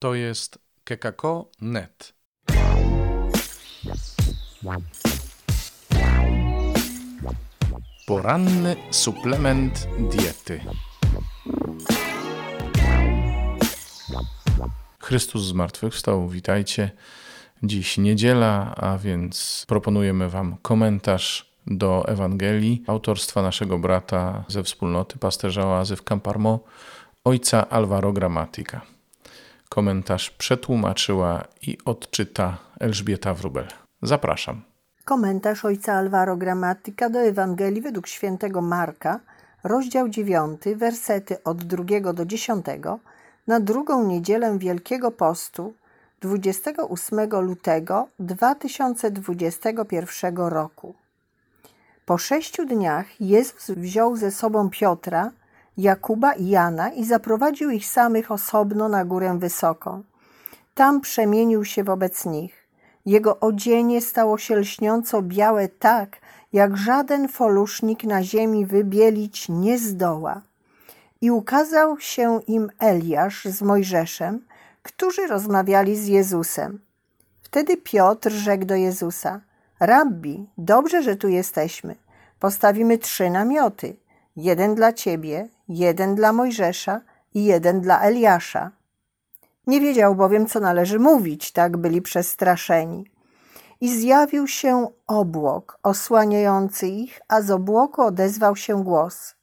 To jest kekako.net. Poranny suplement diety. Chrystus zmartwychwstał, witajcie. Dziś niedziela, a więc proponujemy Wam komentarz do Ewangelii autorstwa naszego brata ze wspólnoty pasterza oazy w Camparmo, ojca Alvaro Gramatica. Komentarz przetłumaczyła i odczyta Elżbieta Wróbel. Zapraszam. Komentarz ojca Alvaro Gramatica do Ewangelii według świętego Marka, rozdział 9, wersety od 2 do 10, na drugą niedzielę Wielkiego Postu, 28 lutego 2021 roku. Po 6 dniach Jezus wziął ze sobą Piotra, Jakuba i Jana i zaprowadził ich samych osobno na górę wysoką. Tam przemienił się wobec nich. Jego odzienie stało się lśniąco białe tak, jak żaden folusznik na ziemi wybielić nie zdoła. I ukazał się im Eliasz z Mojżeszem, którzy rozmawiali z Jezusem. Wtedy Piotr rzekł do Jezusa: Rabbi, dobrze, że tu jesteśmy. Postawimy 3 namioty. 1 dla Ciebie, 1 dla Mojżesza i 1 dla Eliasza. Nie wiedział bowiem, co należy mówić, tak byli przestraszeni. I zjawił się obłok osłaniający ich, a z obłoku odezwał się głos: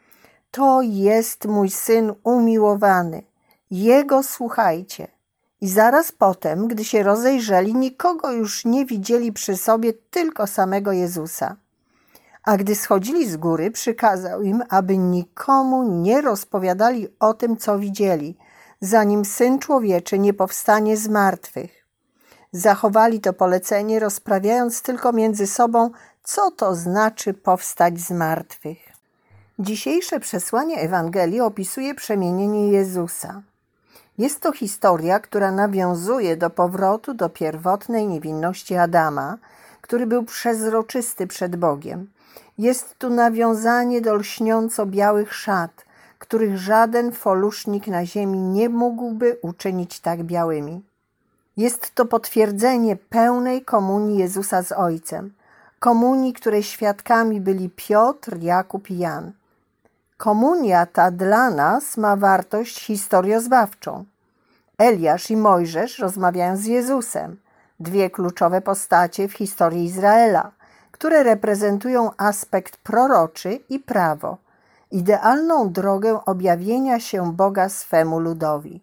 To jest mój Syn umiłowany, Jego słuchajcie. I zaraz potem, gdy się rozejrzeli, nikogo już nie widzieli przy sobie, tylko samego Jezusa. A gdy schodzili z góry, przykazał im, aby nikomu nie rozpowiadali o tym, co widzieli, zanim Syn Człowieczy nie powstanie z martwych. Zachowali to polecenie, rozprawiając tylko między sobą, co to znaczy powstać z martwych. Dzisiejsze przesłanie Ewangelii opisuje przemienienie Jezusa. Jest to historia, która nawiązuje do powrotu do pierwotnej niewinności Adama, który był przezroczysty przed Bogiem. Jest tu nawiązanie do lśniąco białych szat, których żaden folusznik na ziemi nie mógłby uczynić tak białymi. Jest to potwierdzenie pełnej komunii Jezusa z Ojcem, komunii, której świadkami byli Piotr, Jakub i Jan. Komunia ta dla nas ma wartość historioznawczą. Eliasz i Mojżesz rozmawiają z Jezusem, 2 kluczowe postacie w historii Izraela, które reprezentują aspekt proroczy i prawo, idealną drogę objawienia się Boga swemu ludowi.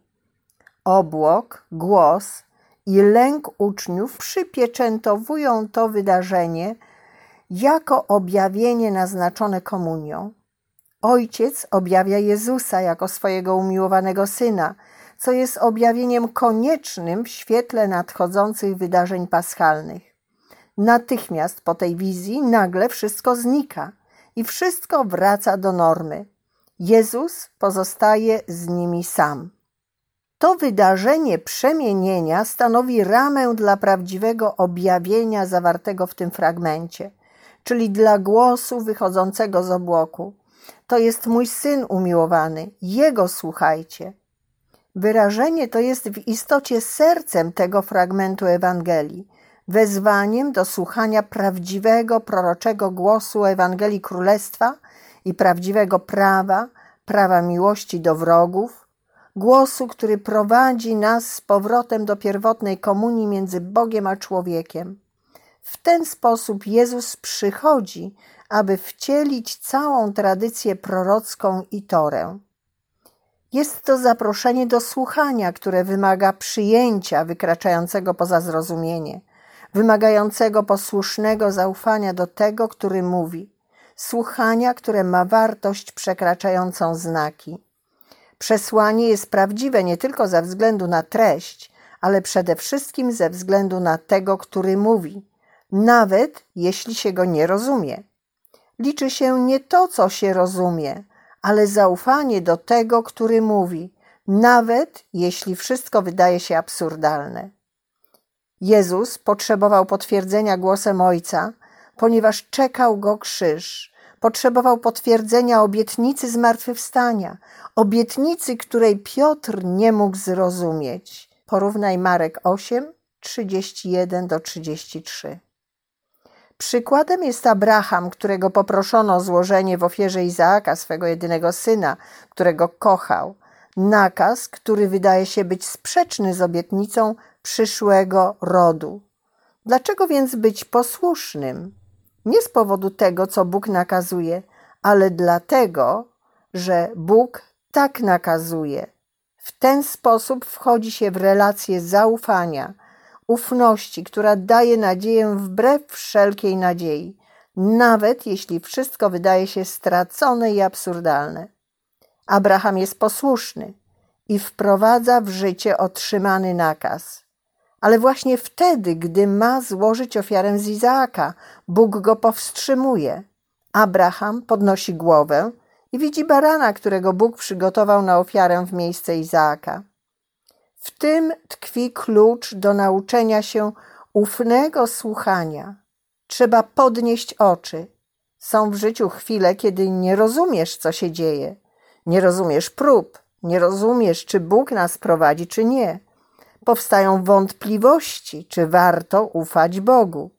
Obłok, głos i lęk uczniów przypieczętowują to wydarzenie jako objawienie naznaczone komunią. Ojciec objawia Jezusa jako swojego umiłowanego Syna, co jest objawieniem koniecznym w świetle nadchodzących wydarzeń paschalnych. Natychmiast po tej wizji nagle wszystko znika i wszystko wraca do normy. Jezus pozostaje z nimi sam. To wydarzenie przemienienia stanowi ramę dla prawdziwego objawienia zawartego w tym fragmencie, czyli dla głosu wychodzącego z obłoku. To jest mój Syn umiłowany, Jego słuchajcie. Wyrażenie to jest w istocie sercem tego fragmentu Ewangelii, wezwaniem do słuchania prawdziwego proroczego głosu Ewangelii Królestwa i prawdziwego prawa miłości do wrogów, głosu, który prowadzi nas z powrotem do pierwotnej komunii między Bogiem a człowiekiem. W ten sposób Jezus przychodzi, aby wcielić całą tradycję prorocką i Torę. Jest to zaproszenie do słuchania, które wymaga przyjęcia wykraczającego poza zrozumienie, wymagającego posłusznego zaufania do tego, który mówi, słuchania, które ma wartość przekraczającą znaki. Przesłanie jest prawdziwe nie tylko ze względu na treść, ale przede wszystkim ze względu na tego, który mówi, nawet jeśli się go nie rozumie. Liczy się nie to, co się rozumie, ale zaufanie do tego, który mówi, nawet jeśli wszystko wydaje się absurdalne. Jezus potrzebował potwierdzenia głosem Ojca, ponieważ czekał go krzyż. Potrzebował potwierdzenia obietnicy zmartwychwstania, obietnicy, której Piotr nie mógł zrozumieć. Porównaj Marek 8, 31-33. Przykładem jest Abraham, którego poproszono o złożenie w ofierze Izaaka, swego jedynego syna, którego kochał. Nakaz, który wydaje się być sprzeczny z obietnicą przyszłego rodu. Dlaczego więc być posłusznym? Nie z powodu tego, co Bóg nakazuje, ale dlatego, że Bóg tak nakazuje. W ten sposób wchodzi się w relację zaufania, ufności, która daje nadzieję wbrew wszelkiej nadziei, nawet jeśli wszystko wydaje się stracone i absurdalne. Abraham jest posłuszny i wprowadza w życie otrzymany nakaz. Ale właśnie wtedy, gdy ma złożyć ofiarę z Izaaka, Bóg go powstrzymuje. Abraham podnosi głowę i widzi barana, którego Bóg przygotował na ofiarę w miejsce Izaaka. W tym tkwi klucz do nauczenia się ufnego słuchania. Trzeba podnieść oczy. Są w życiu chwile, kiedy nie rozumiesz, co się dzieje. Nie rozumiesz prób, nie rozumiesz, czy Bóg nas prowadzi, czy nie. Powstają wątpliwości, czy warto ufać Bogu.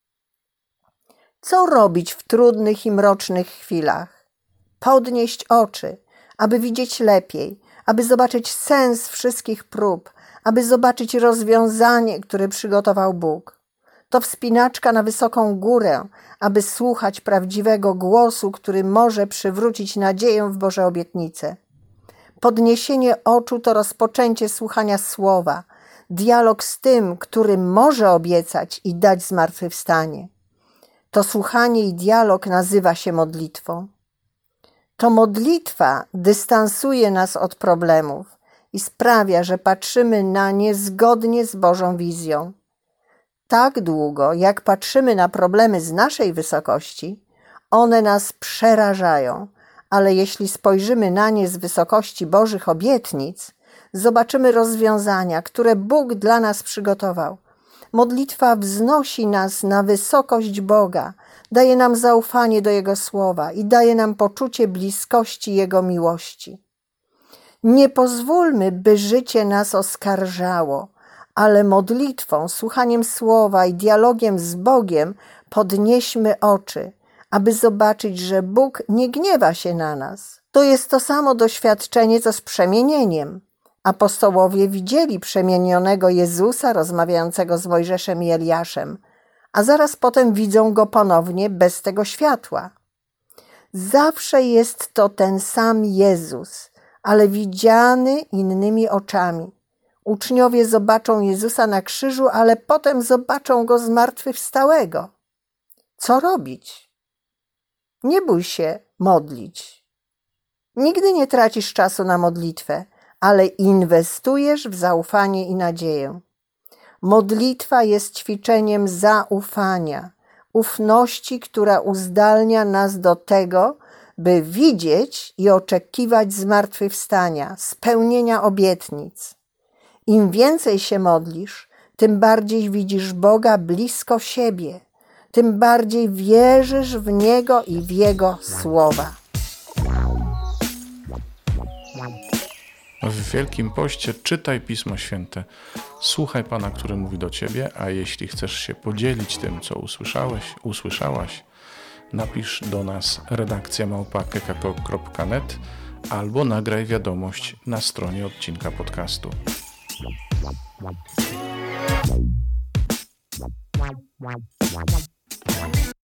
Co robić w trudnych i mrocznych chwilach? Podnieść oczy, aby widzieć lepiej, aby zobaczyć sens wszystkich prób, aby zobaczyć rozwiązanie, które przygotował Bóg. To wspinaczka na wysoką górę, aby słuchać prawdziwego głosu, który może przywrócić nadzieję w Boże obietnice. Podniesienie oczu to rozpoczęcie słuchania słowa, dialog z tym, który może obiecać i dać zmartwychwstanie. To słuchanie i dialog nazywa się modlitwą. To modlitwa dystansuje nas od problemów i sprawia, że patrzymy na nie zgodnie z Bożą wizją. Tak długo, jak patrzymy na problemy z naszej wysokości, one nas przerażają, ale jeśli spojrzymy na nie z wysokości Bożych obietnic, zobaczymy rozwiązania, które Bóg dla nas przygotował. Modlitwa wznosi nas na wysokość Boga, daje nam zaufanie do Jego słowa i daje nam poczucie bliskości Jego miłości. Nie pozwólmy, by życie nas oskarżało, ale modlitwą, słuchaniem słowa i dialogiem z Bogiem podnieśmy oczy, aby zobaczyć, że Bóg nie gniewa się na nas. To jest to samo doświadczenie, co z przemienieniem. Apostołowie widzieli przemienionego Jezusa rozmawiającego z Mojżeszem i Eliaszem, a zaraz potem widzą Go ponownie bez tego światła. Zawsze jest to ten sam Jezus, ale widziany innymi oczami. Uczniowie zobaczą Jezusa na krzyżu, ale potem zobaczą Go zmartwychwstałego. Co robić? Nie bój się modlić. Nigdy nie tracisz czasu na modlitwę, ale inwestujesz w zaufanie i nadzieję. Modlitwa jest ćwiczeniem zaufania, ufności, która uzdalnia nas do tego, by widzieć i oczekiwać zmartwychwstania, spełnienia obietnic. Im więcej się modlisz, tym bardziej widzisz Boga blisko siebie, tym bardziej wierzysz w Niego i w Jego słowa. W Wielkim Poście czytaj Pismo Święte, słuchaj Pana, który mówi do Ciebie, a jeśli chcesz się podzielić tym, co usłyszałaś, napisz do nas redakcja@kekako.net albo nagraj wiadomość na stronie odcinka podcastu.